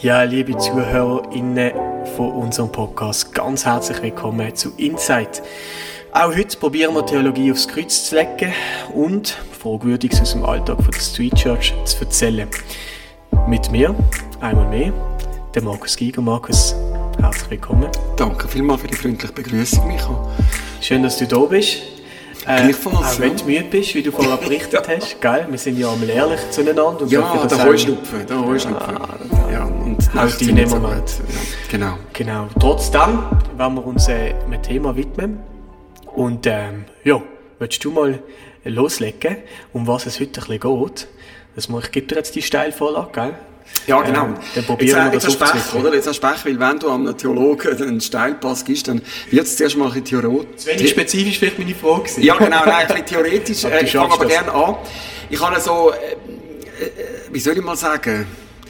Ja, liebe ZuhörerInnen von unserem Podcast, ganz herzlich willkommen zu Insight. Auch heute probieren wir Theologie aufs Kreuz zu legen und Fragwürdiges aus dem Alltag von der Street Church zu erzählen. Mit mir, einmal mehr, der Markus Giger. Markus, herzlich willkommen. Danke vielmals für die freundliche Begrüßung, Micha. Schön, dass du da bist. Gleichfalls, auch wenn du müde bist, wie du vorher berichtet hast. Gell? Wir sind ja einmal ehrlich zueinander. Und ja, da Heuschnupfen. Ja, und auch die nehmen wir mit. Ja, genau. Trotzdem werden wir uns einem Thema widmen. Und willst du mal loslegen, um was es heute ein bisschen geht? Ich gebe dir jetzt die Steilvorlage, gell? Ja, genau. Dann probieren wir das Pech, oder? Jetzt hast du Pech, weil wenn du einem Theologen einen Steilpass gibst, dann wird es zuerst mal ein bisschen theoretisch. Zu wenig spezifisch vielleicht meine Frage gewesen. Ja, genau, nein, ein bisschen theoretisch. Ich fange aber gerne an. Ich habe so, wie soll ich mal sagen,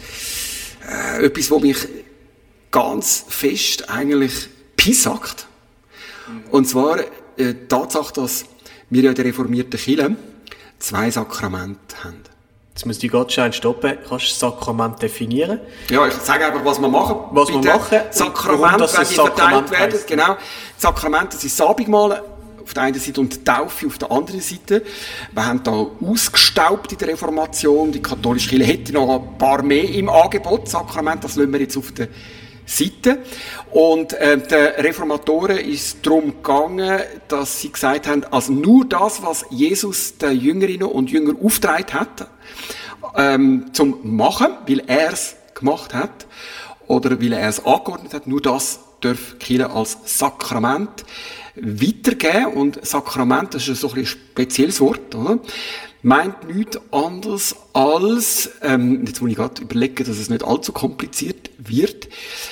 etwas, was mich ganz fest eigentlich pissackt. Und zwar die Tatsache, dass wir ja in der reformierten Kirche 2 Sakramente haben. Jetzt muss ich ganz schnell stoppen. Kannst du das Sakrament definieren? Ja, ich sage einfach, was wir machen. Was wir machen. Sakrament, wenn die verteilt werden. Genau. Sakrament, das ist das Abendmahl auf der einen Seite und die Taufe auf der anderen Seite. Wir haben da ausgestaubt in der Reformation. Die katholische Kirche hätte noch ein paar mehr im Angebot. Sakrament, das lassen wir jetzt auf der Seite. Und den Reformatoren ist darum gegangen, dass sie gesagt haben, also nur das, was Jesus den Jüngerinnen und Jüngern aufgetragen hat, zum Machen, weil er es gemacht hat oder weil er es angeordnet hat, nur das darf die Kirche als Sakrament weitergeben. Und Sakrament, das ist so ein spezielles Wort, oder? Meint nichts anderes als, jetzt muss ich gerade überlegen, dass es nicht allzu kompliziert wird.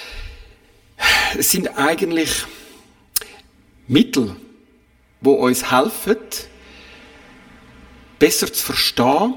Es sind eigentlich Mittel, die uns helfen, besser zu verstehen,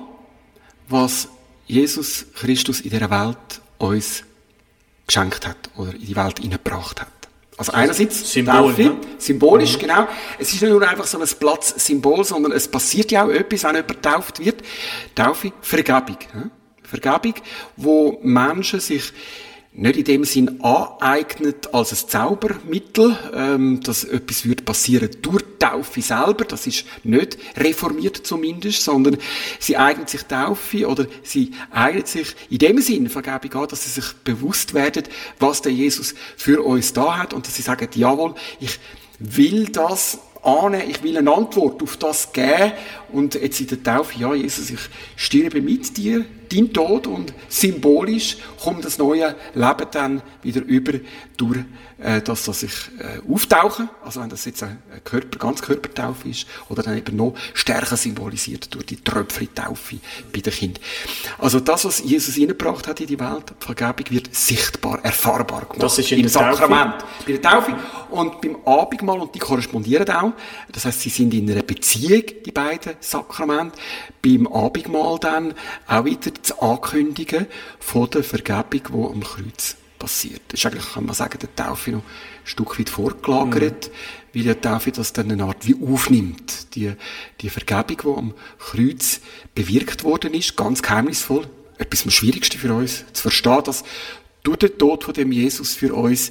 was Jesus Christus in dieser Welt uns geschenkt hat oder in die Welt hineingebracht hat. Also einerseits symbolisch, genau. Es ist nicht nur einfach so ein Platzsymbol, sondern es passiert ja auch etwas, wenn jemand getauft wird. Taufe, Vergebung. Vergebung, wo Menschen sich nicht in dem Sinn aneignet als ein Zaubermittel, dass etwas wird passieren durch die Taufe selber. Das ist nicht reformiert zumindest, sondern sie eignet sich Taufe oder sie eignet sich in dem Sinn Vergebung an, dass sie sich bewusst werden, was der Jesus für uns da hat und dass sie sagen, jawohl, ich will das annehmen, ich will eine Antwort auf das geben und jetzt in der Taufe, ja Jesus, ich sterbe mit dir, dein Tod und symbolisch kommt das neue Leben dann wieder über durch dass ich auftauche, also wenn das jetzt eine Ganzkörpertaufe ist oder dann eben noch stärker symbolisiert durch die Tröpfchen-Taufe bei den Kindern. Also das, was Jesus hineingebracht hat in die Welt, die Vergebung wird sichtbar, erfahrbar gemacht. Das ist in im der Sakrament. Bei der Taufe und beim Abendmahl, und die korrespondieren auch. Das heisst, sie sind in einer Beziehung, die beiden Sakramente. Beim Abendmahl dann auch wieder das Ankündigen von der Vergebung, die am Kreuz passiert. Das ist eigentlich, kann man sagen, der Taufe noch ein Stück weit vorgelagert, weil die Taufe das dann eine Art wie aufnimmt. Die Vergebung, die am Kreuz bewirkt worden ist, ganz geheimnisvoll. Etwas am schwierigsten für uns, zu verstehen, dass durch den Tod von dem Jesus für uns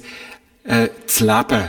das Leben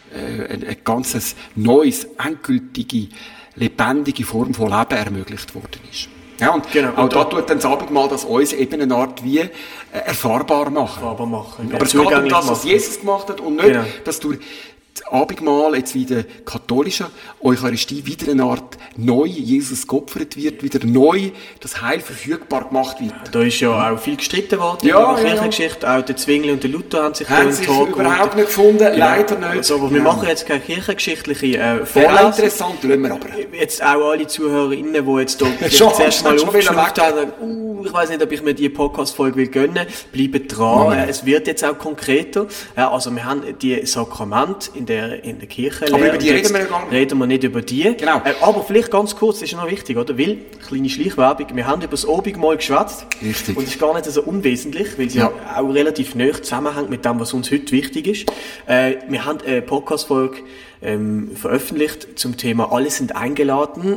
ein ganzes neues, endgültige, lebendige Form von Leben ermöglicht worden ist. Ja, und genau, auch da tut dann das Abendmahl das uns eben eine Art wie erfahrbar machen. Aber es geht um das, was Jesus gemacht hat und nicht, dass durch das Abendmahl jetzt wie der katholischen Eucharistie wieder eine Art neu Jesus geopfert wird, wieder neu das Heil verfügbar gemacht wird. Da ist ja auch viel gestritten worden in der Kirchengeschichte. Auch der Zwingli und der Luther haben sich überhaupt nicht gefunden, leider nicht. Also, aber wir machen jetzt keine kirchengeschichtliche Vorlesung. Sehr interessant, lassen wir aber. Jetzt auch alle ZuhörerInnen, die jetzt hier zuerst mal aufgeschnupft haben, ich weiss nicht, ob ich mir die Podcast-Folge gönnen will, bleiben dran. Es wird jetzt auch konkreter. Ja, also wir haben die Sakramente in der Kirche. Aber über die reden wir nicht über die. Genau. Aber vielleicht ganz kurz, das ist noch wichtig, oder? Weil, kleine Schleichwerbung, wir haben über das Abendmahl geschwätzt. Richtig. Und das ist gar nicht so unwesentlich, weil sie auch relativ nahe zusammenhängt mit dem, was uns heute wichtig ist. Wir haben eine Podcast-Folge veröffentlicht zum Thema «Alle sind eingeladen».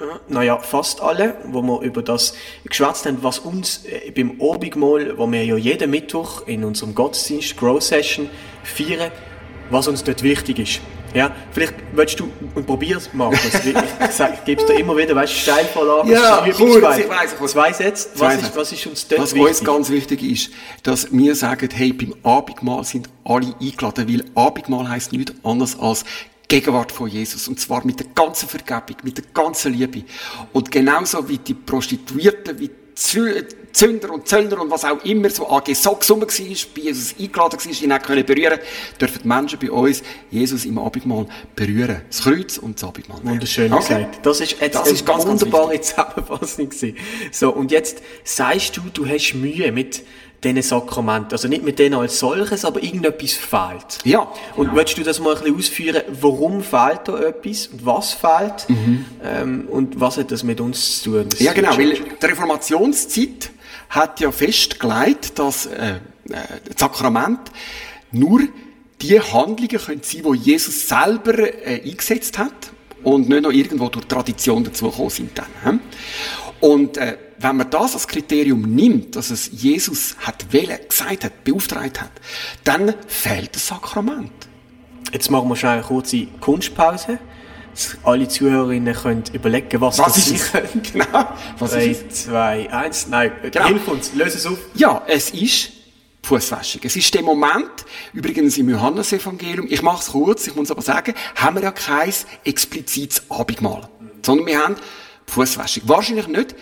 naja, fast alle, wo wir über das geschwätzt haben, was uns beim Abendmahl, wo wir ja jeden Mittwoch in unserem Gottesdienst, Grow Session, feiern, was uns dort wichtig ist. Ja, vielleicht willst du, und probier's, Markus, ich gebe es dir immer wieder, weißt du, Steilvorlage, ja, cool, ich weiss. 2 Sätze, was ist uns dort was wichtig? Was uns ganz wichtig ist, dass wir sagen, hey, beim Abendmahl sind alle eingeladen, weil Abendmahl heisst nichts anderes als Gegenwart von Jesus. Und zwar mit der ganzen Vergebung, mit der ganzen Liebe. Und genauso wie die Prostituierten, wie Zünder und Zöllner und was auch immer so angesungen war, bei Jesus eingeladen war, ihn auch berühren können, dürfen die Menschen bei uns Jesus im Abendmahl berühren. Das Kreuz und das Abendmahl. Wunderschön gesagt. Das ist jetzt eine ganz wunderbare Zusammenfassung gewesen. So, und jetzt sagst du hast Mühe mit diesen Sakramenten. Also nicht mit denen als solches, aber irgendetwas fehlt. Ja. Und willst du das mal ein bisschen ausführen, warum fehlt da etwas und was fehlt? Und was hat das mit uns zu tun? Ja, genau, weil die Reformationszeit hat ja festgelegt, dass das Sakrament nur die Handlungen können sein, die Jesus selber eingesetzt hat und nicht noch irgendwo durch Tradition dazugekommen sind dann. Und wenn man das als Kriterium nimmt, dass es Jesus hat gesagt hat, beauftragt hat, dann fehlt das Sakrament. Jetzt machen wir schnell eine kurze Kunstpause. Alle Zuhörerinnen können überlegen, was das sein könnte. Genau. Was 3, 2, 1. Nein, genau. Hilf uns, löse es auf. Ja, es ist Fußwaschung. Es ist der Moment, übrigens im Johannesevangelium, ich mache es kurz, ich muss aber sagen, haben wir ja kein explizites Abendmahl. Sondern wir haben Fußwaschung. Wahrscheinlich nicht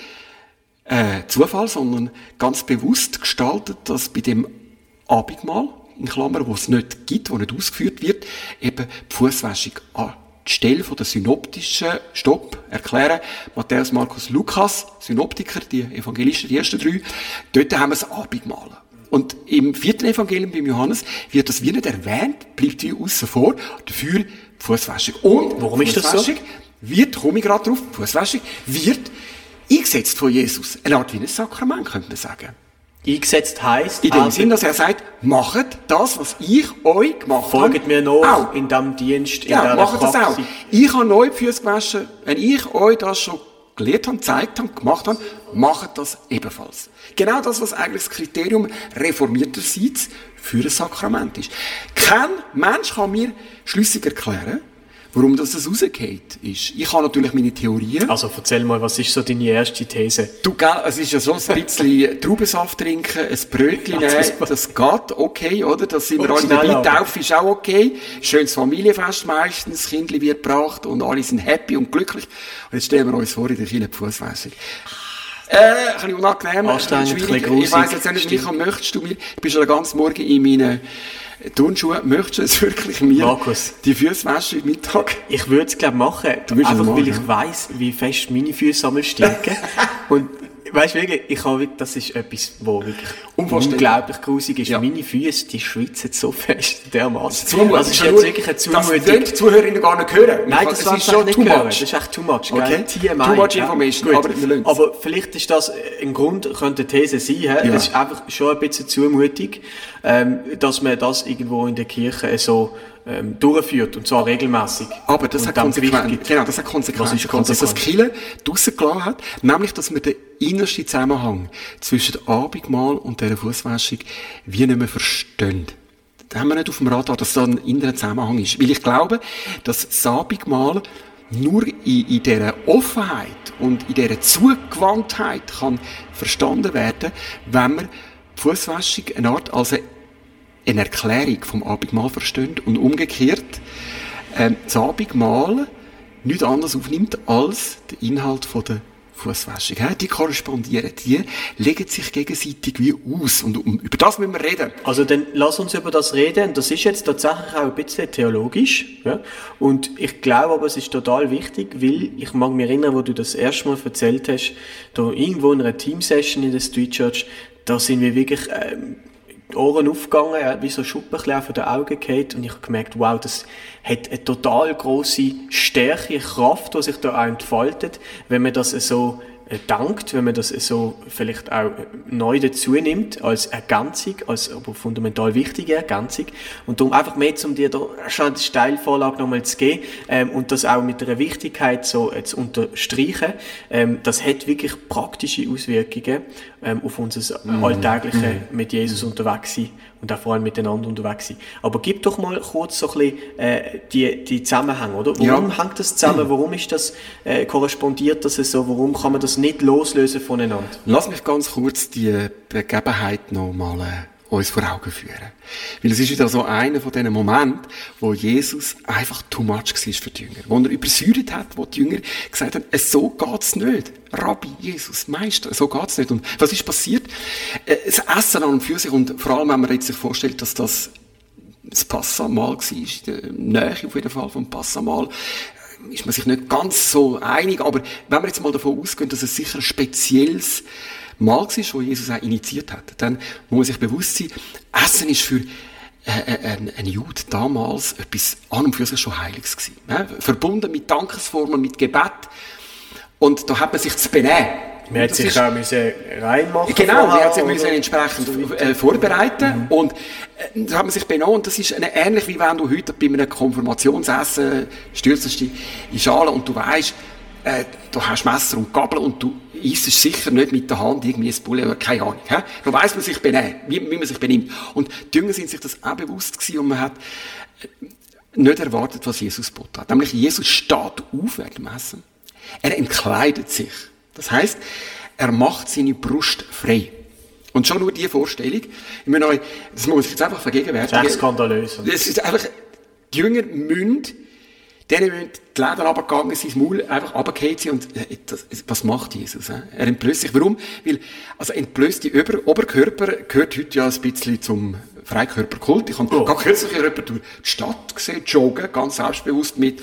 Zufall, sondern ganz bewusst gestaltet, dass bei dem Abendmahl, in Klammern, wo es nicht gibt, wo nicht ausgeführt wird, eben die Fußwaschung an die Stelle von der synoptischen, erklären, Matthäus, Markus, Lukas, Synoptiker, die Evangelisten, die ersten 3, dort haben wir das Abendmahl. Und im 4. Evangelium beim Johannes wird das wie nicht erwähnt, bleibt wie aussen vor, dafür die Fußwaschung. Und warum ist das so? Komme ich gerade drauf, Fußwaschung wird eingesetzt von Jesus. Eine Art wie ein Sakrament, könnte man sagen. Eingesetzt heisst? In dem Sinn, dass er sagt, macht das, was ich euch gemacht habe. Folgt mir noch in diesem Dienst, in dieser macht das auch. Ich habe euch die Füße gewaschen. Wenn ich euch das schon gelehrt habe, gezeigt habe, gemacht habe, macht das ebenfalls. Genau das, was eigentlich das Kriterium reformierterseits für ein Sakrament ist. Kein Mensch kann mir schlüssig erklären, warum das rausgeht ist. Ich habe natürlich meine Theorien. Also erzähl mal, was ist so deine erste These? Du, gell, es ist ja so ein bisschen Traubensaft trinken, ein Brötchen nehmen, das geht okay, oder? Das sind wir alle dabei. Taufe ist auch okay. Schönes Familienfest meistens, das Kindli wird gebracht und alle sind happy und glücklich. Und jetzt stellen wir uns vor, in der Kirche die Fußwaschung. Ein bisschen unangenehm, schwierig. Ich weiss jetzt nicht, Micha, möchtest du mir, ich bin schon den ganzen Morgen in meinen Turnschuhe, möchtest du es wirklich mir, Markus, die Füße waschen am Mittag? Ich würde es, glaube ich, machen. Einfach, weil ich weiss, wie fest meine Füße einmal stinken. Und, weißt du, wirklich, das ist etwas, wo wirklich unglaublich grusig ist. Ja. Meine Füße, die schwitzen so fest dermaßen. Das ist jetzt wirklich eine Zumutung. Das die Zuhörerinnen gar nicht hören. Nein, das ist schon nicht hören. Das ist echt too much. Okay. Too much information. Aber vielleicht ist das ein Grund, könnte eine These sein. Ja. Es ist einfach schon ein bisschen Zumutung, dass man das irgendwo in der Kirche so durchführt, und zwar regelmäßig. Aber das hat Konsequenzen. Genau, das hat Konsequenzen. Dass das Kirche draussen gelassen hat, nämlich, dass man den innersten Zusammenhang zwischen Abendmahl und dieser Fußwaschung wie nicht mehr verstehen. Da haben wir nicht auf dem Radar, dass da ein innerer Zusammenhang ist. Weil ich glaube, dass das Abendmahl nur in dieser Offenheit und in dieser Zugewandtheit kann verstanden werden, wenn man die Fußwaschung eine Art als eine Erklärung vom Abendmahl versteht und umgekehrt das Abendmahl nichts anderes aufnimmt als der Inhalt von der Fußwaschung. Die korrespondieren, die legen sich gegenseitig wie aus. Und über das müssen wir reden. Also dann lass uns über das reden. Und das ist jetzt tatsächlich auch ein bisschen theologisch. Ja? Und ich glaube aber, es ist total wichtig, weil ich mag mich erinnern, wo du das erste Mal erzählt hast, da irgendwo in einer Teamsession in der Street Church, da sind wir wirklich die Ohren aufgegangen, wie so Schuppen von den Augen gefallen, und ich habe gemerkt, wow, das hat eine total grosse Stärke, Kraft, die sich da auch entfaltet, wenn man das so dankt, wenn man das so vielleicht auch neu dazu nimmt, als Ergänzung, als aber fundamental wichtige Ergänzung. Und darum einfach mehr, um dir da schon eine Steilvorlage nochmal zu geben, und das auch mit einer Wichtigkeit so zu unterstreichen. Das hat wirklich praktische Auswirkungen auf unser alltägliche mit Jesus unterwegs sein und auch vor allem miteinander unterwegs sein. Aber gib doch mal kurz so ein bisschen die Zusammenhänge, oder? Warum hängt das zusammen? Warum ist das korrespondiert das so? Warum kann man das nicht loslösen voneinander? Lass mich ganz kurz die Begebenheit noch mal uns vor Augen führen. Weil es ist wieder so einer von diesen Momenten, wo Jesus einfach too much war für die Jünger. Wo er übersäuert hat, wo die Jünger gesagt haben, so geht's nicht. Rabbi, Jesus, Meister, so geht's nicht. Und was ist passiert? Das Essen an und für sich, und vor allem, wenn man jetzt sich vorstellt, dass das Passamal war, in der Nähe auf jeden Fall vom Passamal, ist man sich nicht ganz so einig, aber wenn wir jetzt mal davon ausgehen, dass es sicher ein spezielles Mal war, das Jesus auch initiiert hat, dann muss man sich bewusst sein, Essen ist für ein Jude damals etwas an und für sich schon Heiliges gewesen. Verbunden mit Dankesformen, mit Gebet. Und da hat man sich zu benehmen. Man hat sich auch reinmachen. Genau, man hat sich entsprechend vorbereiten. Und da hat man sich benommen. Und das ist ähnlich wie wenn du heute bei einem Konfirmationsessen stürzest in die Schale und du weisst, du hast Messer und Gabel und du isst sicher nicht mit der Hand irgendwie ein Bulle oder keine Ahnung. Da weiss man sich benehmen, wie man sich benimmt. Und die Jünger sind sich das auch bewusst gewesen und man hat nicht erwartet, was Jesus geboten hat. Nämlich, Jesus steht auf während dem Essen. Er entkleidet sich. Das heisst, er macht seine Brust frei. Und schon nur diese Vorstellung, ich meine, das muss ich jetzt einfach vergegenwärtigen. Das ist echt skandalös. Das ist einfach, die Jünger müssen die Läden runtergegangen sind, das Maul einfach runtergefallen sind und was macht Jesus? Er entblößt sich. Warum? Weil, also entblößte Oberkörper gehört heute ja ein bisschen zum Freikörperkult. Ich habe gerade kürzlich jemanden durch die Stadt gesehen, joggen, ganz selbstbewusst mit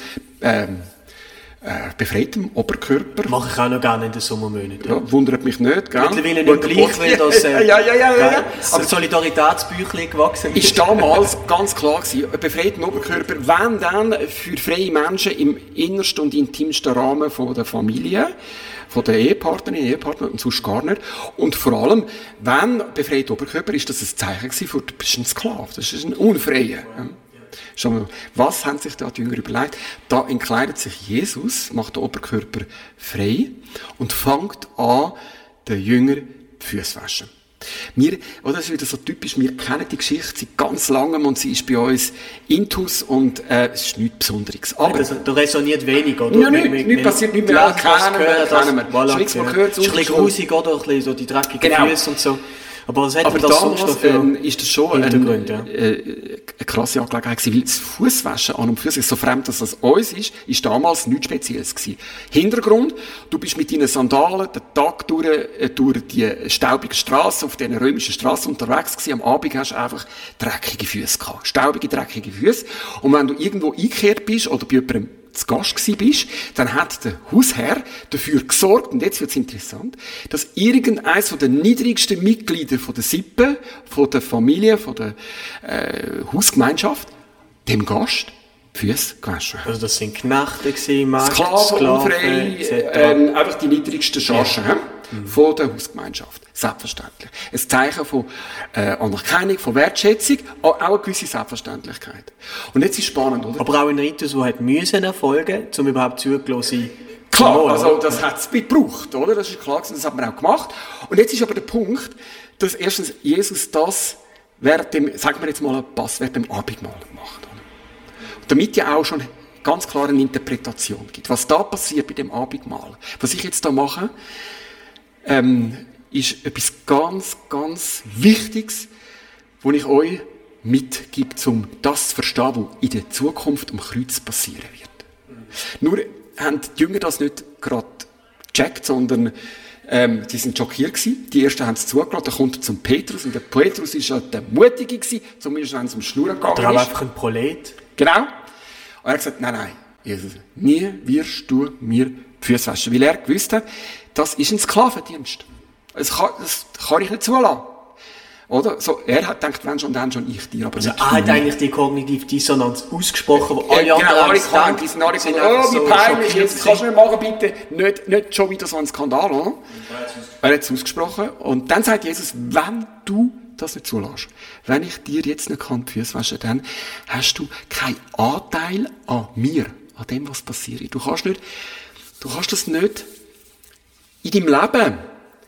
befreitem Oberkörper. Mache ich auch noch gerne in den Sommermonaten. Ja, wundert mich nicht, gell? Mittlerweile nicht gleich, weil das ja. Aber Solidaritätsbüchlein gewachsen ist damals ganz klar gewesen, ein befreiten Oberkörper, wenn dann für freie Menschen im innersten und intimsten Rahmen von der Familie, von der Ehepartnerin, und sonst gar nicht. Und vor allem, wenn befreiter Oberkörper, ist das ein Zeichen gewesen für, du bist ein Sklave, das ist ein Unfreier. Was haben sich da die Jünger überlegt? Da entkleidet sich Jesus, macht den Oberkörper frei und fängt an, den Jüngern die Füße zu waschen. Das ist wieder so typisch, wir kennen die Geschichte seit ganz langem und sie ist bei uns intus und es ist nichts Besonderes. Aber da resoniert wenig, oder? Ja, nichts passiert, nichts mehr. Kennen wir. Voilà, ist ein bisschen grusig, oder? Ein bisschen so die dreckigen Füße und so. Aber was hat das sonst noch für ist das schon eine krasse Angelegenheit gewesen, weil das Fußwaschen an und für sich, so fremd dass das uns ist damals nichts Spezielles gewesen. Hintergrund, du bist mit deinen Sandalen den Tag durch die staubige Straße, auf diesen römischen Straßen unterwegs gewesen. Am Abend hast du einfach dreckige Füße gehabt. Staubige, dreckige Füße. Und wenn du irgendwo eingekehrt bist oder bei jemandem zu Gast gewesen bist, dann hat der Hausherr dafür gesorgt, und jetzt wird's interessant, dass irgendeines von den niedrigsten Mitgliedern von der Sippe, von der Familie, von der Hausgemeinschaft, dem Gast Füße gewaschen hat. Also das sind Knechte gewesen, Sklaven, unfrei, einfach die niedrigsten Chargen von der Hausgemeinschaft. Selbstverständlich. Ein Zeichen von Anerkennung, von Wertschätzung, auch eine gewisse Selbstverständlichkeit. Und jetzt ist es spannend, oder? Aber auch ein Ritus, der hat müssen erfolgen, um überhaupt zugelassen sein. Klar, also das hat es gebraucht, oder? Das ist klar, das hat man auch gemacht. Und jetzt ist aber der Punkt, dass erstens Jesus das während dem, sagen wir jetzt mal, während dem Abendmahl gemacht hat. Und damit ja auch schon ganz klar eine Interpretation gibt. Was da passiert bei dem Abendmahl, was ich jetzt da mache, ist etwas ganz, ganz Wichtiges, was ich euch mitgebe, um das zu verstehen, was in der Zukunft am Kreuz passieren wird. Nur haben die Jünger das nicht gerade gecheckt, sondern die sind schockiert gewesen. Die ersten haben es zugelassen, dann kommt er zum Petrus, und der Petrus ist ja der Mutige gewesen, zumindest wenn es um Schnurren gegangen ist. Der war einfach ein Prolet. Genau. Und er hat gesagt, nein, Jesus, nie wirst du mir die Füße waschen. Weil er gewusst hat, das ist ein Sklavendienst. Das kann ich nicht zulassen. Oder? So, er hat gedacht, wenn schon, dann schon ich dir, aber also nicht er hat eigentlich die kognitive Dissonanz ausgesprochen, wo alle anderen gedacht, die sind alle gesagt, wie peinlich, jetzt kannst du nicht machen, bitte, nicht schon wieder so ein Skandal, oder? Er hat es ausgesprochen und dann sagt Jesus, wenn du das nicht zulässt, wenn ich dir jetzt nicht die Füße wasche, dann hast du keinen Anteil an mir, an dem, was passiert. Du kannst das nicht in deinem Leben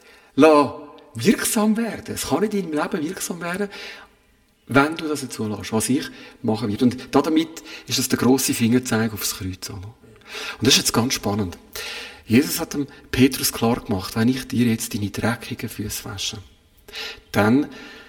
wirksam werden. Es kann nicht in deinem Leben wirksam werden, wenn du das nicht zulässt, was ich machen werde. Und damit ist das der grosse Fingerzeig aufs Kreuz. Und das ist jetzt ganz spannend. Jesus hat dem Petrus klar gemacht, wenn ich dir jetzt deine dreckigen Füße wasche, dann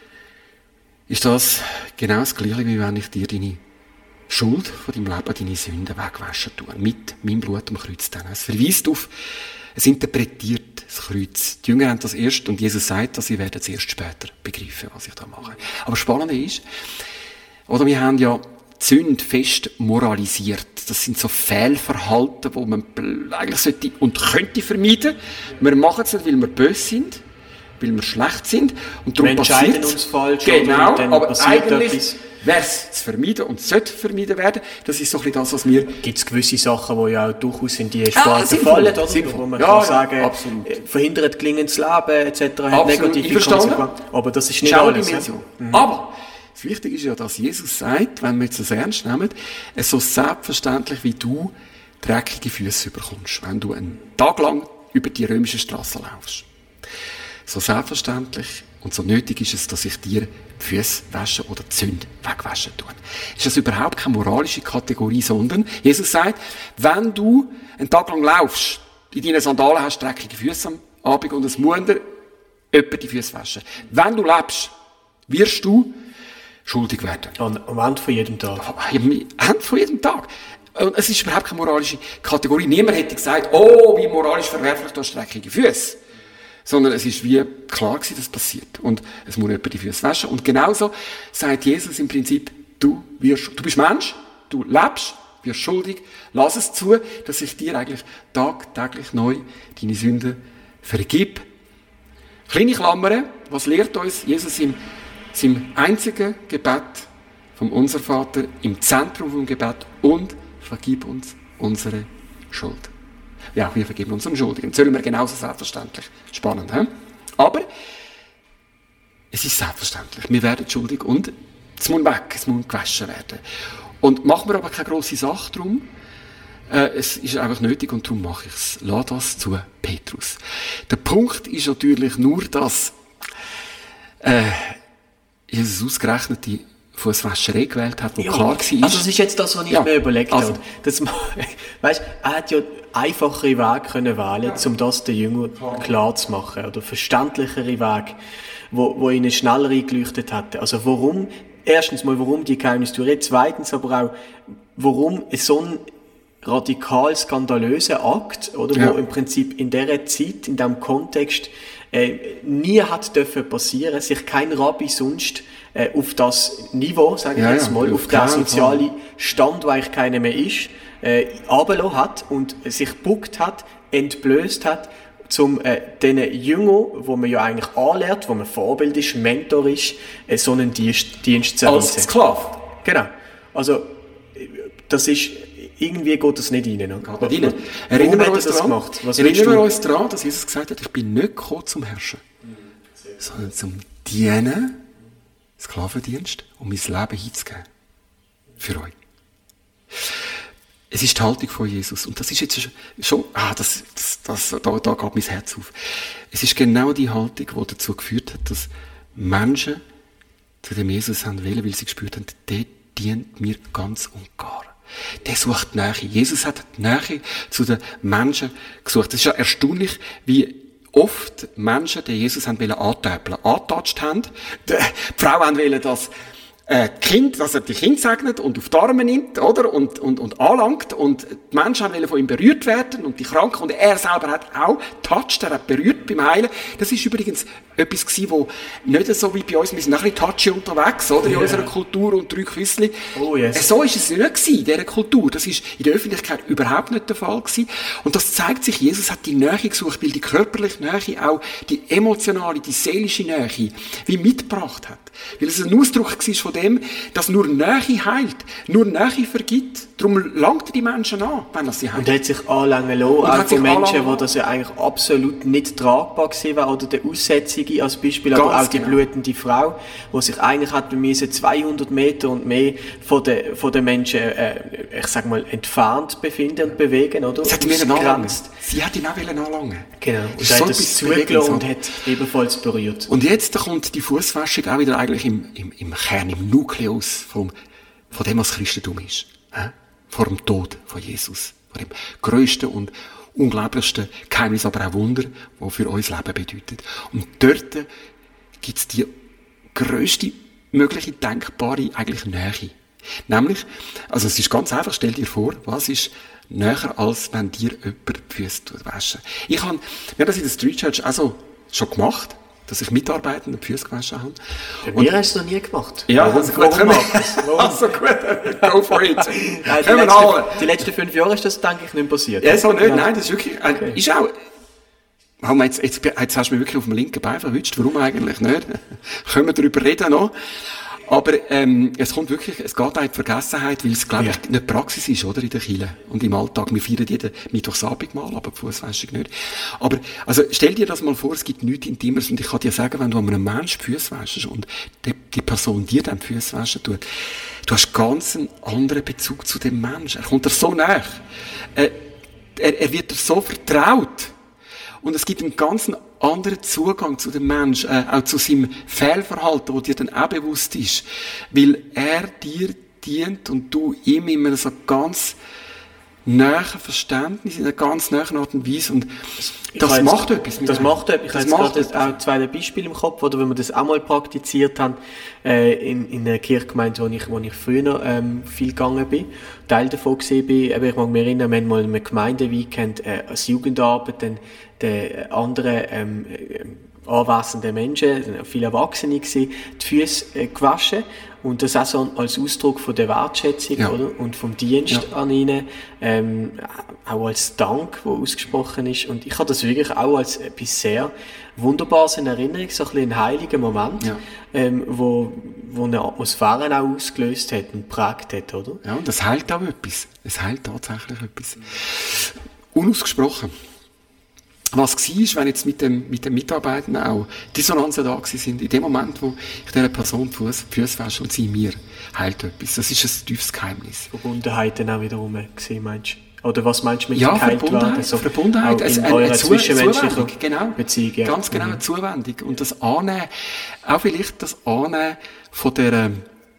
ist das genau das Gleiche, wie wenn ich dir deine Schuld von deinem Leben, deine Sünden wegwaschen tue. Mit meinem Blut am Kreuz. Es verweist auf, es interpretiert das Kreuz. Die Jünger haben das erst, und Jesus sagt, dass sie werden es erst später begreifen, was ich da mache. Aber das Spannende ist, oder wir haben ja die Sünde fest moralisiert. Das sind so Fehlverhalten, die man eigentlich sollte und könnte vermeiden. Wir machen es nicht, weil wir böse sind, weil wir schlecht sind. Und darum passiert wir entscheiden uns falsch. Genau, oder aber eigentlich wäre es zu vermeiden und sollte vermieden werden. Das ist so ein bisschen das, was wir... Gibt es gewisse Sachen, die ja auch durchaus in die Sparte fallen, oder? Wo man kann sagen, absolut. Verhindert gelingendes Leben etc. hat negative Konsequenzen. Aber das ist nicht alles. Aber das Wichtige ist ja, dass Jesus sagt, wenn wir jetzt das ernst nehmen, es so selbstverständlich wie du dreckige Füße bekommst, wenn du einen Tag lang über die römische Straße laufst. So selbstverständlich und so nötig ist es, dass ich dir die Füße wasche oder die Sünde wegwaschen tue. Ist das überhaupt keine moralische Kategorie, sondern Jesus sagt, wenn du einen Tag lang laufst, in deinen Sandalen hast dreckige Füße am Abend und es muss dir jemand die Füße waschen. Wenn du lebst, wirst du schuldig werden. Am Ende von jedem Tag. Am Ende von jedem Tag. Und es ist überhaupt keine moralische Kategorie. Niemand hätte gesagt, oh, wie moralisch verwerflich, du hast dreckige Füße. Sondern es ist wie klar gewesen, dass das passiert. Und es muss jemand die Füße waschen. Und genauso sagt Jesus im Prinzip, du bist Mensch, du lebst, wirst schuldig, lass es zu, dass ich dir eigentlich tagtäglich neu deine Sünden vergib. Kleine Klammern, was lehrt uns Jesus im einzigen Gebet vom Unser Vater, im Zentrum vom Gebet, und vergib uns unsere Schuld. Ja, wir vergeben unseren Schuldigen. Das sollen wir genauso selbstverständlich. Spannend, he? Aber es ist selbstverständlich. Wir werden schuldig und es muss weg, es muss gewaschen werden. Und machen wir aber keine grosse Sache drum. Es ist einfach nötig und darum mache ich es. Lass das zu Petrus. Der Punkt ist natürlich nur, dass Jesus ausgerechnet die Fußwäscherei gewählt hat, wo klar war. Also das ist jetzt das, was ich mir überlegt habe. Weißt, er hat ja einfachere Wege können wählen, um das den Jüngern klar zu machen, oder verständlichere Wege, wo ihnen schneller eingeleuchtet hätte. Also erstens mal, warum die Geheimnistüre, zweitens aber auch, warum so ein radikal skandalöser Akt, oder, wo im Prinzip in dieser Zeit, in diesem Kontext, nie hat dürfen passieren, sich kein Rabbi sonst auf das Niveau, sage ich jetzt mal, auf den sozialen Stand, wo eigentlich keiner mehr ist, runtergelassen hat und sich gebuckt hat, entblößt hat, um diesen Jüngern, wo man ja eigentlich anlernt, wo man Vorbild ist, Mentor ist, so einen Dienst zu erweisen. Als Sklave. Genau. Also, das ist, irgendwie geht das nicht rein. Ne? Erinnern wir uns daran, dass Jesus gesagt hat, ich bin nicht gekommen zum Herrschen, sondern zum Dienen, Sklavendienst, um mein Leben hinzugeben. Für euch. Es ist die Haltung von Jesus. Und das ist jetzt schon, da geht mein Herz auf. Es ist genau die Haltung, die dazu geführt hat, dass Menschen zu dem Jesus haben wollen, weil sie gespürt haben, der dient mir ganz und gar. Der sucht Nähe. Jesus hat die Nähe zu den Menschen gesucht. Es ist ja erstaunlich, wie oft Menschen, die Jesus haben wollen antäpeln, angetatscht haben. Die Frauen haben wollen, dass Kind, dass er die Kinder segnet und auf die Arme nimmt, oder? Und anlangt. Und die Menschen wollen von ihm berührt werden und die Kranken. Und er selber hat auch touched, er hat berührt beim Heilen. Das ist übrigens etwas gewesen, wo nicht so wie bei uns, wir sind ein bisschen touchy unterwegs, oder? In unserer Kultur und 3 Küssli. Oh yes. So ist es nicht gewesen, in dieser Kultur. Das ist in der Öffentlichkeit überhaupt nicht der Fall gewesen. Und das zeigt sich, Jesus hat die Nähe gesucht, weil die körperliche Nähe auch die emotionale, die seelische Nähe wie mitgebracht hat. Weil es ein Ausdruck war von dem, dass nur Nähe heilt, nur Nähe vergibt. Darum langt die Menschen an, wenn er sie heilt. Und er hat sich anlangen lassen, auch von Menschen, wo das ja eigentlich absolut nicht tragbar gewesen war, oder der Aussätzige als Beispiel, aber auch die blutende Frau, die sich eigentlich hat bei mir 200 Meter und mehr von den Menschen, ich sag mal, entfernt befinden und bewegen, oder? Sie hat ihn angelangt. Sie hat ihn auch anlangen. Genau. Und er hat das zugelassen und hat ebenfalls berührt. Und jetzt kommt die Fußwaschung auch wieder eigentlich im Kern, im Nukleus von dem, was Christentum ist. Vor dem Tod von Jesus. Vor dem grössten und unglaublichsten Geheimnis, aber auch Wunder, das für uns Leben bedeutet. Und dort gibt es die grösste mögliche denkbare eigentlich Nähe. Nämlich, also es ist ganz einfach, stell dir vor, was ist näher, als wenn dir jemand die Füße waschen. Wir haben das in der Street Church also schon gemacht, dass ich Mitarbeitende die Füße gewaschen habe. Bei mir hast du es noch nie gemacht. Ja, also gut. Also gut, go for it. Nein, die letzten 5 Jahre ist das, denke ich, nicht passiert. Ja, so nicht. Nein, das ist wirklich, ist auch, jetzt hast du mich wirklich auf dem linken Bein verwünscht. Warum eigentlich nicht? Können wir darüber reden noch? Aber es geht auch in die Vergessenheit, weil es, glaube ich, nicht Praxis ist, oder, in der Kirche und im Alltag. Wir feiern jeden Mittwochsabendmahl, aber die Fußwaschung nicht. Aber, also, stell dir das mal vor, es gibt nichts Intimeres, und ich kann dir sagen, wenn du einem Menschen die Füße wäschst und die Person dir dann die Füße waschen tut, du hast ganz einen anderen Bezug zu dem Menschen. Er kommt dir so nahe. Er wird dir so vertraut. Und es gibt einen ganz anderen Zugang zu dem Menschen, auch zu seinem Fehlverhalten, wo dir dann auch bewusst ist. Weil er dir dient und du ihm in einem so ganz nahen Verständnis, in einer ganz nahen Art und Weise. Und das macht etwas mit Das macht etwas. Ich habe jetzt gerade auch 2 Beispiele im Kopf, oder wenn wir das auch mal praktiziert haben, in einer Kirchgemeinde, wo ich früher viel gegangen bin, Teil davon gesehen bin. Aber ich mag mich erinnern, wir haben mal in einem Gemeindeweekend als Jugendarbeit dann den anderen anwesenden Menschen, viele Erwachsene gewesen, die Füße gewaschen. Und das auch so als Ausdruck von der Wertschätzung, oder? Und vom Dienst an ihnen, auch als Dank, der ausgesprochen ist. Und ich habe das wirklich auch als etwas sehr Wunderbares in Erinnerung, so ein bisschen ein heiliger Moment, wo eine Atmosphäre auch ausgelöst hat und geprägt hat, oder? Ja, und das heilt auch etwas. Es heilt tatsächlich etwas. Unausgesprochen. Was war, wenn jetzt mit dem Mitarbeitenden auch Dissonanzen da sind, in dem Moment, wo ich dieser Person die Füße wasche und sie mir heilt etwas. Das ist ein tiefes Geheimnis. Verbundenheit dann auch wiederum gesehen, meinst du? Oder was meinst du mit Verbundenheit, so Verbundenheit, eine zwischenmenschliche genau, Beziehung. Ja. Ganz genau, eine Zuwendung. Und das Annehmen, auch vielleicht das Annehmen von der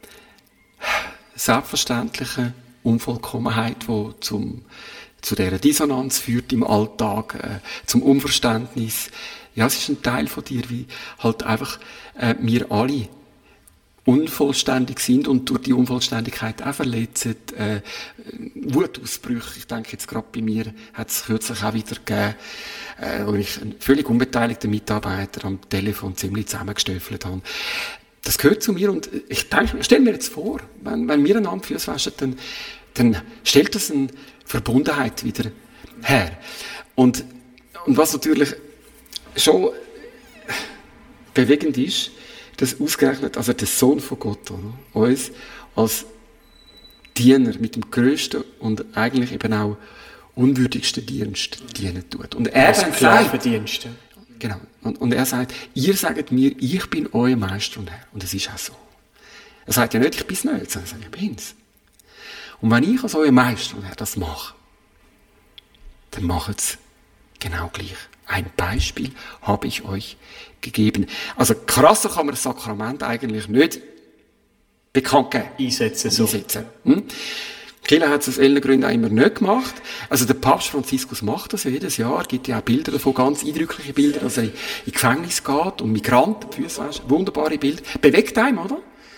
selbstverständlichen Unvollkommenheit, die zu dieser Dissonanz führt im Alltag, zum Unverständnis. Ja, es ist ein Teil von dir, wie halt einfach wir alle unvollständig sind und durch die Unvollständigkeit auch verletzt. Wutausbrüche, ich denke jetzt gerade bei mir, hat es kürzlich auch wieder gegeben, wo ich einen völlig unbeteiligten Mitarbeiter am Telefon ziemlich zusammengestöffelt habe. Das gehört zu mir und ich denke, stell mir jetzt vor, wenn wir einander die Füße waschen, dann stellt das eine Verbundenheit wieder her. Und was natürlich schon bewegend ist, dass ausgerechnet, also der Sohn von Gott, oder, uns als Diener mit dem grössten und eigentlich eben auch unwürdigsten Dienst dienen tut. Und er dann sagt, genau, und er sagt, ihr sagt mir, ich bin euer Meister und Herr. Und es ist auch so. Er sagt ja nicht, ich bin's nicht, sondern er sagt, ich bin's. Und wenn ich als euer Meister und Herr das mache, dann macht es genau gleich. Ein Beispiel habe ich euch gegeben. Also krasser kann man das Sakrament eigentlich nicht bekannt geben. Einsetzen. Die Kirche hat es aus vielen Gründen auch immer nicht gemacht. Also der Papst Franziskus macht das ja jedes Jahr. Er gibt ja auch Bilder davon, ganz eindrückliche Bilder, dass er in Gefängnis geht und Migranten die Füße waschen. Wunderbare Bilder. Bewegt einem, oder?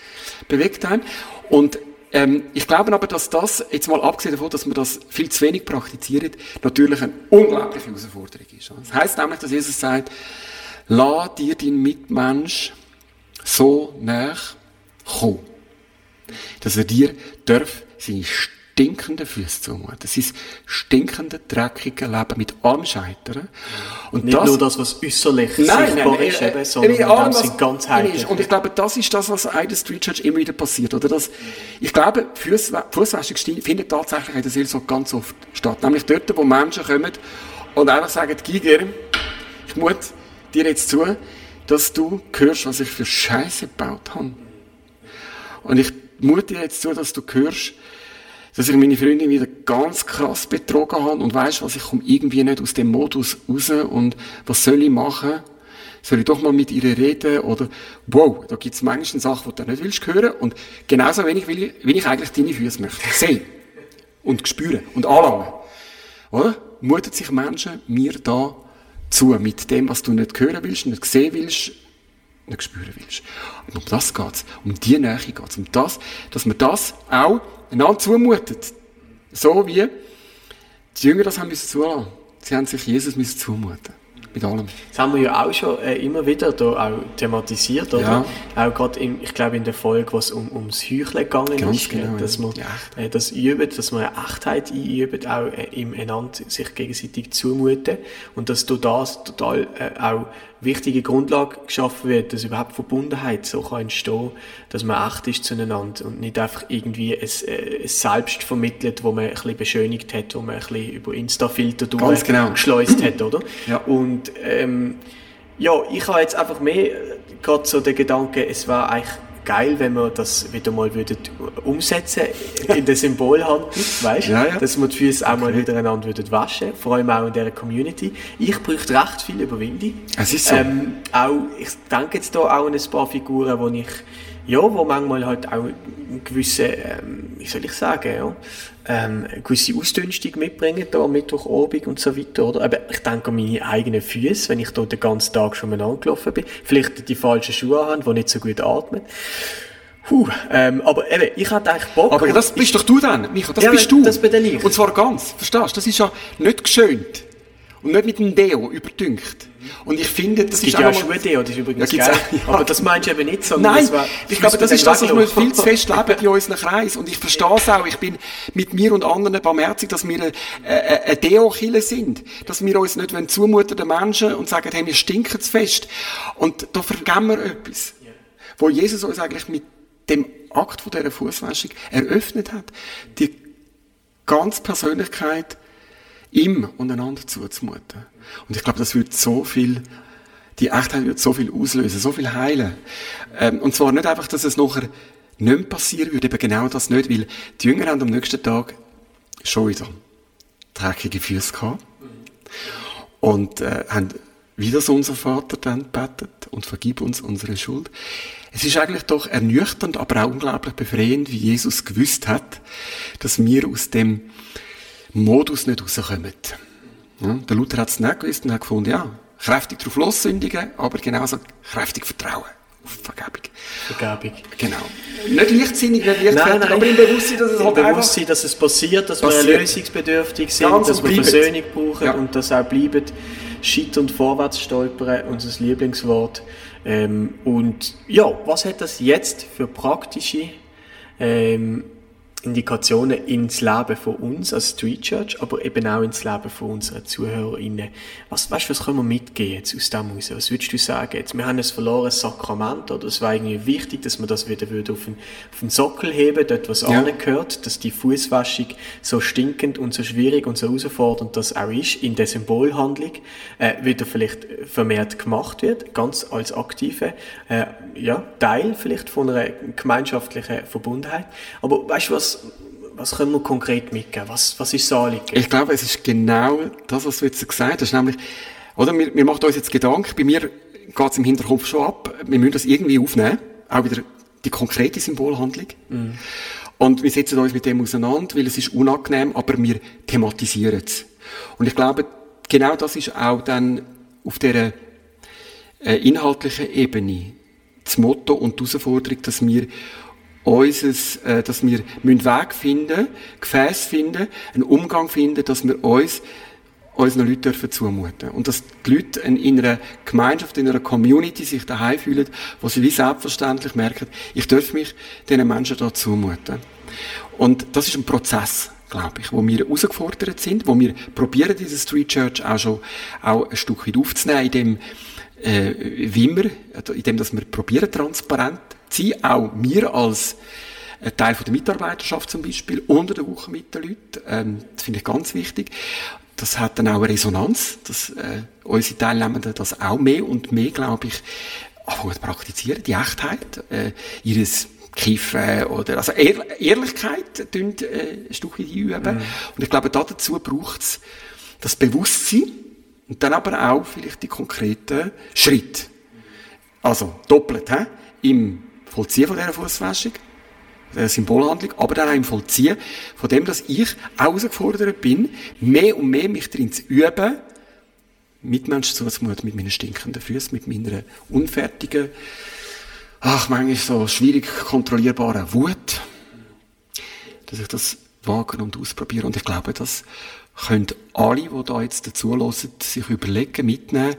bewegt einen. Und ich glaube aber, dass das, jetzt mal abgesehen davon, dass wir das viel zu wenig praktizieren, natürlich eine unglaubliche Herausforderung ist. Das heisst nämlich, dass Jesus sagt, lass dir dein Mitmensch so nahe kommen, dass er dir seine stinkenden Füße zumuten. Sein stinkende, dreckige Leben mit allem Scheitern. Und nicht nur das, was äußerlich sichtbar ist, eben, sondern das sind ganz heilig. Und ich glaube, das ist das, was in der Street Church immer wieder passiert. Oder ich glaube, Fusswaschung findet tatsächlich in der Seelsorge ganz oft statt. Nämlich dort, wo Menschen kommen und einfach sagen, Giger, ich mute dir jetzt zu, dass du hörst, was ich für Scheiße gebaut habe. Und ich mute dir jetzt zu, dass du hörst, dass ich meine Freundin wieder ganz krass betrogen habe und weiss, was, ich komme irgendwie nicht aus dem Modus raus und was soll ich machen? Soll ich doch mal mit ihr reden? Oder, wow, da gibt es manchmal Sachen, die du nicht willst hören und genauso wenig will ich eigentlich deine Füße möchte sehen und spüren und anlangen. Oder? Mutet sich Menschen mir da zu, mit dem, was du nicht hören willst, nicht sehen willst, nicht spüren willst. Und um das geht's. Um die Nähe geht's. Um das, dass man das auch einander zumutet. So wie die Jünger das haben müssen zulassen. Sie haben sich Jesus müssen zumuten. Mit allem. Das haben wir ja auch schon immer wieder da auch thematisiert, oder? Ja. Auch gerade ich glaube in der Folge, wo es ums Heucheln gegangen ist, genau, dass man das üben, dass man eine Echtheit einübt, auch im einander sich gegenseitig zumuten und dass durch das total auch wichtige Grundlage geschaffen wird, dass überhaupt Verbundenheit so kann entstehen, dass man echt ist zueinander und nicht einfach irgendwie ein Selbst vermittelt, wo man ein bisschen beschönigt hat, wo man ein bisschen über Insta-Filter durchgeschleust hat, oder? Ja. Und ich habe jetzt einfach mehr gerade so den Gedanken, es war eigentlich geil, wenn wir das wieder mal umsetzen in der Symbolhandlung, weißt? Ja. Dass wir die Füße auch mal wieder einander waschen, vor allem auch in dieser Community. Ich bräuchte recht viel Überwindung. Es ist so. Ich denke jetzt da auch an ein paar Figuren, wo manchmal halt auch eine gewisse, eine gewisse Ausdünstung mitbringen, da am Mittwochabend und so weiter, oder? Aber ich denke an meine eigenen Füße, wenn ich da den ganzen Tag schon mal angelaufen bin. Vielleicht die falschen Schuhe haben, die nicht so gut atmen. Aber eben, ich hatte eigentlich Bock. Aber das bist doch du dann, Micha, das bist du. Das bin dann ich. Und zwar ganz, verstehst du? Das ist ja nicht geschönt. Und nicht mit dem Deo überdünkt. Und ich finde, das ist auch ja Schuhe-Deo, das ist übrigens geil. Ja. Aber das meinst du eben nicht, sondern nein, ich glaube, das ist das, was wir viel zu fest leben in unserem Kreis. Und ich verstehe es auch. Ich bin mit mir und anderen barmherzig, dass wir eine Deo-Kille sind. Dass wir uns nicht zumuten den Menschen und sagen, hey, wir stinken zu fest. Und da vergeben wir etwas. Wo Jesus uns eigentlich mit dem Akt von dieser Fußwaschung eröffnet hat. Die ganze Persönlichkeit ihm und einander zuzumuten. Und ich glaube, das wird die Echtheit wird so viel auslösen, so viel heilen. Und zwar nicht einfach, dass es nachher nicht mehr passieren würde, eben genau das nicht, weil die Jünger haben am nächsten Tag schon wieder dreckige Füße gehabt und haben wieder so unser Vater dann gebetet und vergib uns unsere Schuld. Es ist eigentlich doch ernüchternd, aber auch unglaublich befreiend, wie Jesus gewusst hat, dass wir aus dem Modus nicht rauskommen. Ja, der Luther hat es nicht gewusst und hat gefunden, kräftig drauf lossündigen, aber genauso kräftig Vertrauen auf Vergebung. Genau. Nicht leichtsinnig, nicht leichtfertig, aber im Bewusstsein, dass es halt Bewusstsein, dass es passiert, dass wir lösungsbedürftig sind, ganz dass wir Versöhnung brauchen und dass auch bleiben, scheitern und vorwärts stolpern, unser Lieblingswort. Und was hat das jetzt für praktische Indikationen ins Leben von uns als Street Church, aber eben auch ins Leben von unseren ZuhörerInnen. Was können wir mitgeben jetzt aus dem raus? Was würdest du sagen? Jetzt, wir haben ein verlorenes Sakrament, oder? Es war irgendwie wichtig, dass man das wieder auf den Sockel heben, dort was angehört, dass die Fußwaschung so stinkend und so schwierig und so herausfordernd das auch ist, in der Symbolhandlung, wieder vielleicht vermehrt gemacht wird, ganz als aktive, Teil vielleicht von einer gemeinschaftlichen Verbundenheit. Aber weißt du was können wir konkret mitgeben? Was ist das Anliegen? Ich glaube, es ist genau das, was du jetzt gesagt hast. Nämlich, oder, wir machen uns jetzt Gedanken, bei mir geht es im Hinterkopf schon ab, wir müssen das irgendwie aufnehmen, auch wieder die konkrete Symbolhandlung. Mhm. Und wir setzen uns mit dem auseinander, weil es ist unangenehm, aber wir thematisieren es. Und ich glaube, genau das ist auch dann auf dieser inhaltlichen Ebene das Motto und die Herausforderung, dass wir dass wir Weg finden, Gefäß finden, einen Umgang finden, dass wir unseren Leuten dürfen zumuten. Und dass die Leute in einer Gemeinschaft, in einer Community sich daheim fühlen, wo sie wie selbstverständlich merken, ich darf mich diesen Menschen da zumuten. Und das ist ein Prozess, glaube ich, wo wir herausgefordert sind, wo wir probieren, diese Street Church auch ein Stück weit aufzunehmen, indem dass wir probieren, transparent zu sein, auch wir als Teil von der Mitarbeiterschaft zum Beispiel, unter der Woche mit den Leuten, das finde ich ganz wichtig. Das hat dann auch eine Resonanz, dass unsere Teilnehmenden das auch mehr und mehr, glaube ich, anfangen zu praktizieren, die Echtheit, ihres Kiffen oder, also Ehrlichkeit ein Stück weit einüben. Und ich glaube, dazu braucht es das Bewusstsein und dann aber auch vielleicht die konkreten Schritte. Also doppelt, im Vollziehen von dieser Fusswaschung, der Symbolhandlung, aber dann auch im Vollziehen von dem, dass ich auch herausgefordert bin, mehr und mehr mich darin zu üben, Mitmenschen zuzumuten mit meinen stinkenden Füßen, mit meiner unfertigen, manchmal so schwierig kontrollierbaren Wut, dass ich das wage und ausprobiere. Und ich glaube, das können alle, die da jetzt dazuhören, sich überlegen, mitnehmen,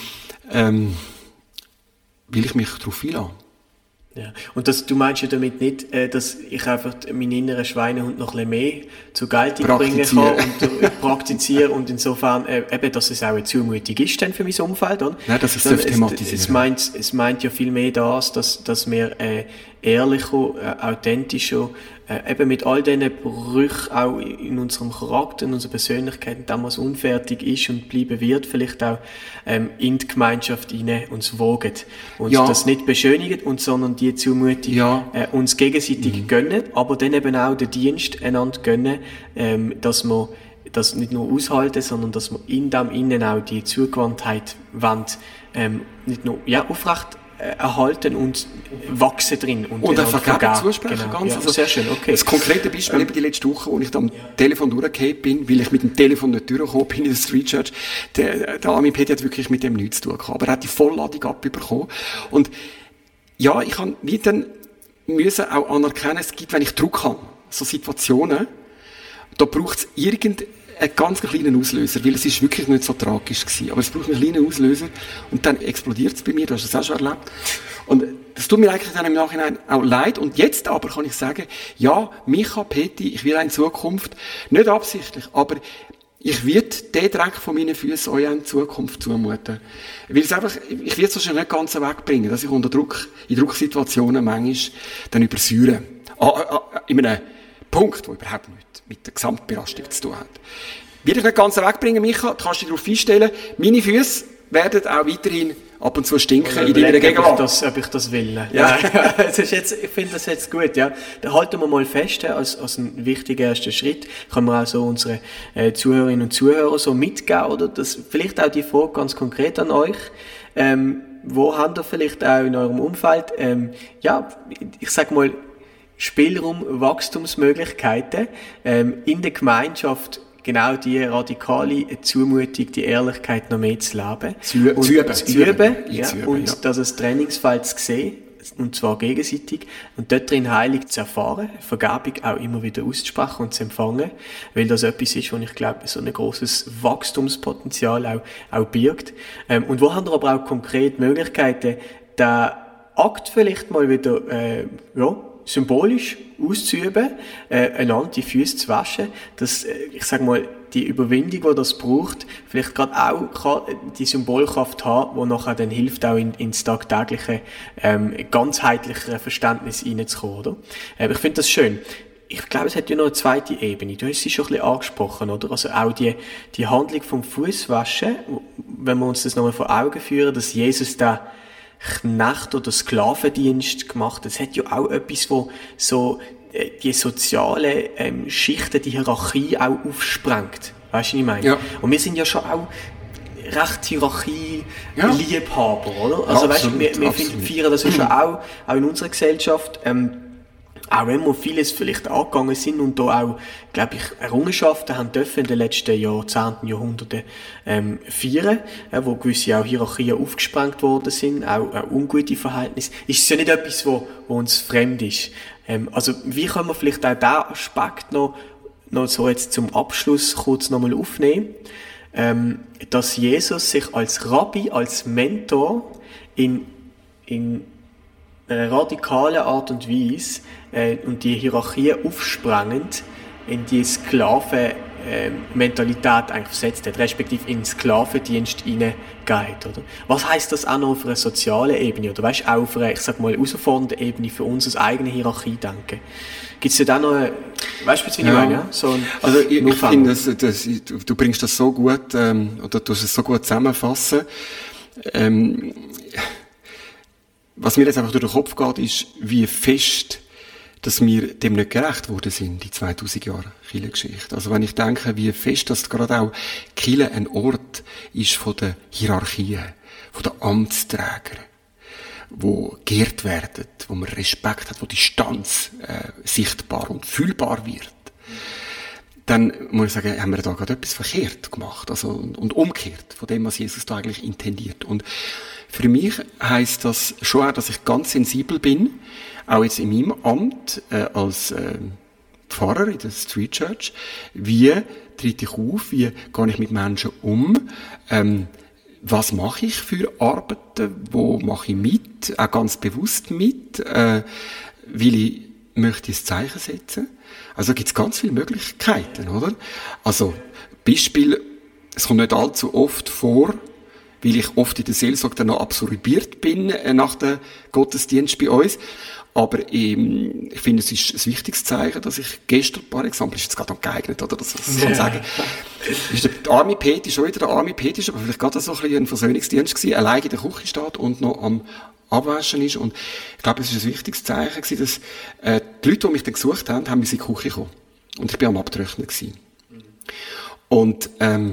will ich mich darauf einlassen. Ja. Und du meinst ja damit nicht, dass ich einfach meinen inneren Schweinehund noch ein bisschen mehr zur Geltung bringen kann und praktiziere und insofern eben, dass es auch eine Zumutung ist dann für mein Umfeld, oder? Nein, dass es thematisieren. Es meint ja viel mehr dass wir ehrlicher, authentischer, eben mit all diesen Brüchen auch in unserem Charakter, in unserer Persönlichkeit, dem was unfertig ist und bleiben wird, vielleicht auch in die Gemeinschaft hinein uns wogen. Und das nicht beschönigen, sondern die Zumutung uns gegenseitig gönnen, aber dann eben auch den Dienst einander gönnen, dass wir das nicht nur aushalten, sondern dass wir in dem Innen auch die Zugewandtheit wollen, nicht nur aufrecht erhalten und wachsen drin. Und einfach Vergebung zusprechen. Genau. Ganz. Ja, also, sehr schön, okay. Das konkrete Beispiel eben die letzte Woche, wo ich da am Telefon durchgefallen bin, weil ich mit dem Telefon nicht durchgekommen bin in der Street Church. Der Armin Peti hat wirklich mit dem nichts zu tun gehabt. Aber er hat die Vollladung abbekommen. Und ja, ich habe wie dann müssen auch anerkennen, es gibt, wenn ich Druck habe, so Situationen, da braucht es irgendeinen ganz kleinen Auslöser, weil es ist wirklich nicht so tragisch gewesen. Aber es braucht einen kleinen Auslöser und dann explodiert es bei mir, du hast das auch schon erlebt. Und das tut mir eigentlich dann im Nachhinein auch leid. Und jetzt aber kann ich sagen, ja, Micha, Peti, ich will in Zukunft, nicht absichtlich, aber ich werde den Dreck von meinen Füßen euch in Zukunft zumuten. Weil es einfach, ich werde es wahrscheinlich nicht ganz wegbringen, dass ich unter Druck, in Drucksituationen manchmal dann übersäure. In einem Punkt, der überhaupt nichts mit der Gesamtbelastung zu tun hat. Werde ich nicht ganz wegbringen, Micha, du kannst dich darauf einstellen, meine Füße werden auch weiterhin ab und zu stinken in deiner Gegenwart. Ob ich das will. Ja. Ich finde das jetzt gut, ja. Da halten wir mal fest, als einen wichtigen ersten Schritt, können wir auch so unsere Zuhörerinnen und Zuhörer so mitgeben, oder? Das, vielleicht auch die Frage ganz konkret an euch. Wo habt ihr vielleicht auch in eurem Umfeld, ich sag mal, Spielraum, Wachstumsmöglichkeiten, in der Gemeinschaft genau die radikale Zumutung, die Ehrlichkeit noch mehr zu leben. Zu üben, und das als Trainingsfeld zu sehen, und zwar gegenseitig, und dort drin heilig zu erfahren, Vergebung auch immer wieder auszusprechen und zu empfangen, weil das etwas ist, wo ich glaube, so ein grosses Wachstumspotenzial auch birgt. Und wo haben wir aber auch konkret Möglichkeiten, den Akt vielleicht mal wieder, symbolisch auszuüben, einander die Füße zu waschen, dass, ich sag mal, die Überwindung, die das braucht, vielleicht gerade auch die Symbolkraft haben, die nachher dann hilft, auch ins tagtägliche, ganzheitlichere Verständnis reinzukommen, oder? Ich finde das schön. Ich glaube, es hat ja noch eine zweite Ebene. Du hast sie schon ein bisschen angesprochen, oder? Also auch die Handlung vom Fußwaschen, wenn wir uns das nochmal vor Augen führen, dass Jesus da Knecht- oder Sklavendienst gemacht. Das hat ja auch etwas, wo so die soziale Schichten, die Hierarchie auch aufsprengt. Weißt du, was ich meine? Ja. Und wir sind ja schon auch recht Hierarchie-Liebhaber, oder? Also absolut, weißt du, wir feiern das ja schon auch in unserer Gesellschaft. Auch wenn wir vieles vielleicht angegangen sind und da auch, glaube ich, Errungenschaften haben dürfen in den letzten Jahrzehnten, Jahrhunderten feiern, wo gewisse auch Hierarchien aufgesprengt worden sind, auch ungute Verhältnisse, ist es ja nicht etwas, wo uns fremd ist. Also wie können wir vielleicht auch diesen Aspekt noch so jetzt zum Abschluss kurz nochmal aufnehmen, dass Jesus sich als Rabbi, als Mentor in einer radikalen Art und Weise und die Hierarchie aufsprengend in die Sklaven-Mentalität eigentlich versetzt hat, respektive in den Sklavendienst hineingeht, oder? Was heisst das auch noch auf einer sozialen Ebene, oder weißt, auch auf einer, ich sag mal, herausfordernden Ebene für uns als eigene Hierarchie denken? Gibt's da noch, weißt du, wie ich meine? Ja? So also ich finde, du bringst das so gut, oder du hast es so gut zusammenfassen. Was mir jetzt einfach durch den Kopf geht, ist, wie fest, dass wir dem nicht gerecht worden sind, die 2000 Jahre Kirchengeschichte. Also wenn ich denke, wie fest, dass gerade auch Kirche ein Ort ist von der Hierarchie, von den Amtsträgern, wo geehrt werden, wo man Respekt hat, wo Distanz sichtbar und fühlbar wird, dann muss ich sagen, haben wir da gerade etwas verkehrt gemacht, also und umgekehrt von dem, was Jesus da eigentlich intendiert. Und für mich heisst das schon auch, dass ich ganz sensibel bin, auch jetzt in meinem Amt als Pfarrer in der Street Church. Wie trete ich auf? Wie gehe ich mit Menschen um? Was mache ich für Arbeiten? Wo mache ich mit? Auch ganz bewusst mit. Möchte ich ein Zeichen setzen? Also gibt es ganz viele Möglichkeiten, oder? Also, Beispiel, es kommt nicht allzu oft vor, weil ich oft in der Seelsorge dann noch absorbiert bin nach dem Gottesdienst bei uns. Aber ich finde, es ist ein wichtiges Zeichen, dass ich gestern, ein paar Exempel, ist jetzt gerade noch geeignet, oder? Das kann ich sagen. Ist der Army Peti, schon wieder der Army Peti, aber vielleicht gerade so ein bisschen ein Versöhnungsdienst gewesen, allein in der Küche steht und noch am Abwaschen ist. Und ich glaube, es ist ein wichtiges Zeichen gewesen, dass die Leute, die mich dann gesucht haben, haben in die Küche gekommen. Und ich bin am Abtrocknen gewesen. Und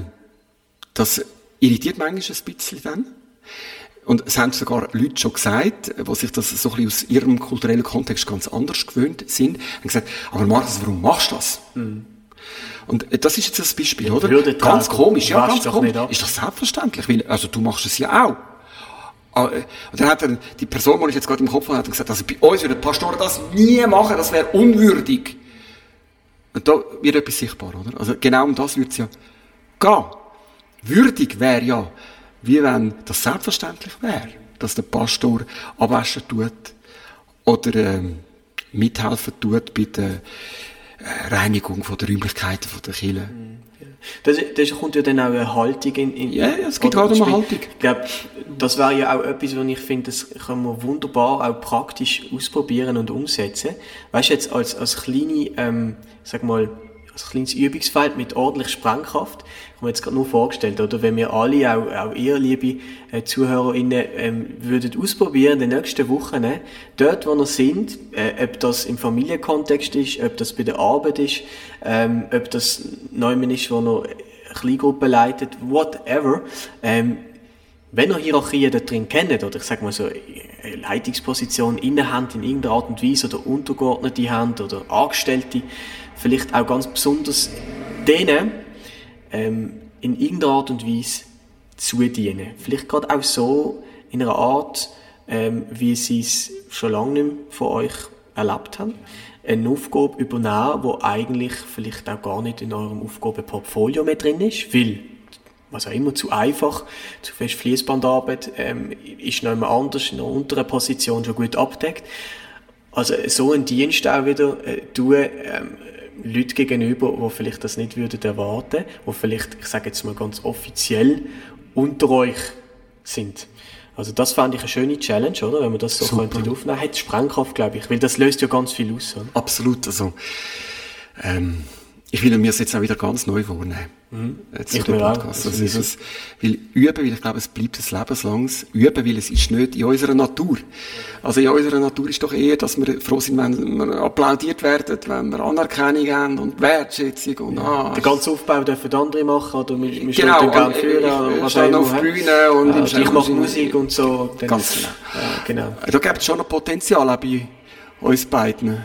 das irritiert manchmal ein bisschen dann. Und es haben sogar Leute schon gesagt, die sich das so ein bisschen aus ihrem kulturellen Kontext ganz anders gewöhnt sind, haben gesagt, aber Markus, warum machst du das? Mhm. Und das ist jetzt ein Beispiel, oder? Ganz komisch, ja, ganz komisch. Ist das selbstverständlich? Weil, also du machst es ja auch. Und dann hat die Person, die ich jetzt gerade im Kopf hatte, gesagt, also bei uns würden die Pastoren das nie machen, das wäre unwürdig. Und da wird etwas sichtbar, oder? Also genau um das würde es ja gehen. Würdig wäre ja, wie wenn das selbstverständlich wäre, dass der Pastor abwaschen tut oder mithelfen tut bei der Reinigung von der Räumlichkeiten von der Kirche. Das kommt ja dann auch eine Haltung in ja, es gibt gerade eine Haltung. Ich glaube, das wäre ja auch etwas, was ich finde, das können wir wunderbar auch praktisch ausprobieren und umsetzen. Weißt du, jetzt als kleine, sag mal, als kleines Übungsfeld mit ordentlich Sprengkraft, ich habe mir jetzt gerade nur vorgestellt, oder wenn wir alle, auch ihr, liebe ZuhörerInnen, würden ausprobieren in den nächsten Wochen, dort, wo wir sind, ob das im Familienkontext ist, ob das bei der Arbeit ist, ob das jemand ist, wo noch eine Kleingruppe leitet, whatever, wenn ihr Hierarchien da drin kennt, oder ich sage mal so, eine Leitungsposition innehabt in irgendeiner Art und Weise, oder Untergeordnete haben, oder Angestellte, vielleicht auch ganz besonders denen in irgendeiner Art und Weise zudienen. Vielleicht gerade auch so in einer Art, wie sie es schon lange nicht mehr von euch erlebt haben. Eine Aufgabe übernehmen, die eigentlich vielleicht auch gar nicht in eurem Aufgabenportfolio mehr drin ist, weil was auch immer, zu einfach, zu fest Fließbandarbeit ist noch immer anders, in einer unteren Position schon gut abdeckt. Also so einen Dienst auch wieder tun, Leute gegenüber, die vielleicht das nicht würden erwarten, die vielleicht, ich sage jetzt mal ganz offiziell, unter euch sind. Also das fände ich eine schöne Challenge, oder? Wenn man das so könnte aufnehmen, hat Sprengkraft, glaube ich, weil das löst ja ganz viel aus. Oder? Absolut, also ich will mir das jetzt auch wieder ganz neu vornehmen. Zu dem Podcast. Also es will üben, weil ich glaube, es bleibt ein lebenslanges Üben, weil es ist nicht in unserer Natur. Also in unserer Natur ist doch eher, dass wir froh sind, wenn wir applaudiert werden, wenn wir Anerkennung haben und Wertschätzung und den ganzen Aufbau dürfen andere machen, oder wir stehen dann gerne führen, oder stehen auf Bühne und ich mache Musik und so. Ganz genau. Da gibt es schon noch Potenzial auch bei uns beiden.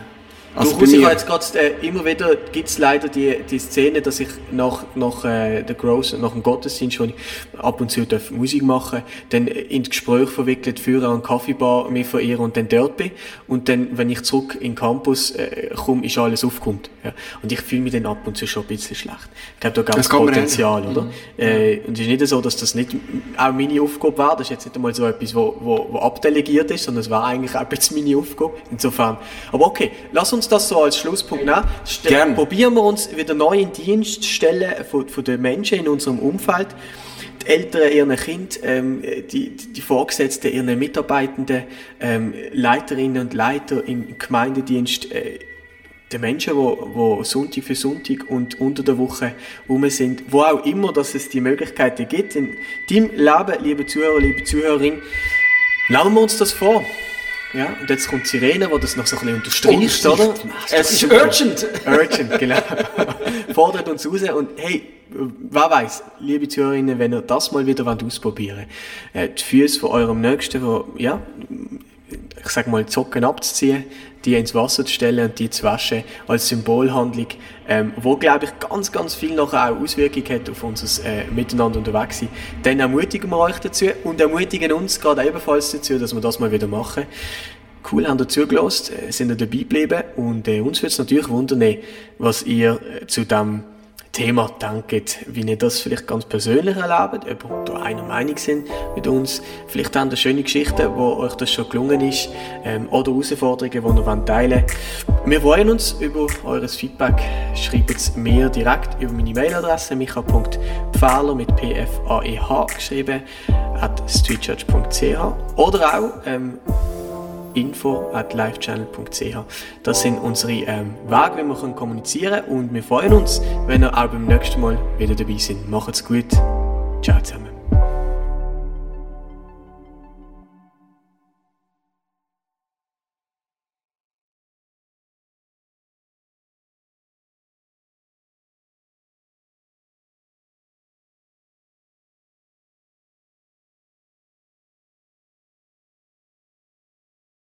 Also ich habe jetzt gerade immer wieder, gibt es leider die Szene, dass ich nach dem Gottesdienst, wo ich ab und zu Musik machen dann in Gespräch verwickelt, für eine Kaffeebar mich verirre und dann dort bin. Und dann, wenn ich zurück in den Campus komme, ist alles aufgekommen. Ja. Und ich fühle mich dann ab und zu schon ein bisschen schlecht. Ich glaube, da gibt es Potenzial, oder? Und es ist nicht so, dass das nicht auch meine Aufgabe war. Das ist jetzt nicht einmal so etwas, wo abdelegiert ist, sondern es war eigentlich auch jetzt meine Aufgabe. Insofern. Aber okay, lass uns das so als Schlusspunkt nehmen. Probieren wir uns wieder neu in Dienst stellen von den Menschen in unserem Umfeld. Die Eltern ihren Kindern, die Vorgesetzten ihren Mitarbeitenden, Leiterinnen und Leiter im Gemeindedienst, die Menschen, die Sonntag für Sonntag und unter der Woche rum sind, wo auch immer, dass es die Möglichkeiten gibt. In deinem Leben, liebe Zuhörer, liebe Zuhörerin, nehmen wir uns das vor. Ja, und jetzt kommt Sirene, die das noch so ein bisschen unterstreicht, oder? Es ist urgent. Urgent, genau. Fordert uns raus und hey, wer weiss, liebe Zuhörerinnen, wenn ihr das mal wieder ausprobieren wollt, die Füße von eurem Nächsten, ja, ich sag mal, die Socken abzuziehen, die ins Wasser zu stellen und die zu waschen, als Symbolhandlung, wo, glaube ich, ganz, ganz viel nachher auch Auswirkungen hat auf unser Miteinander unterwegs sein. Dann ermutigen wir euch dazu und ermutigen uns gerade ebenfalls dazu, dass wir das mal wieder machen. Cool, habt ihr zugelassen, sind ihr dabei geblieben und uns würde es natürlich wundern, was ihr zu dem Thema denkt, wie ihr das vielleicht ganz persönlich erlebt, ob ihr da einer Meinung sind mit uns, vielleicht haben ihr schöne Geschichten, wo euch das schon gelungen ist, oder Herausforderungen, die ihr teilen wollt. Wir freuen uns über eures Feedback. Schreibt es mir direkt über meine Mailadresse micha.pfahler mit pfaeh geschrieben @streetchurch.ch oder auch info@livechannel.ch. Das sind unsere Wege, wie wir kommunizieren können und wir freuen uns, wenn ihr auch beim nächsten Mal wieder dabei sind. Macht's gut. Ciao zusammen.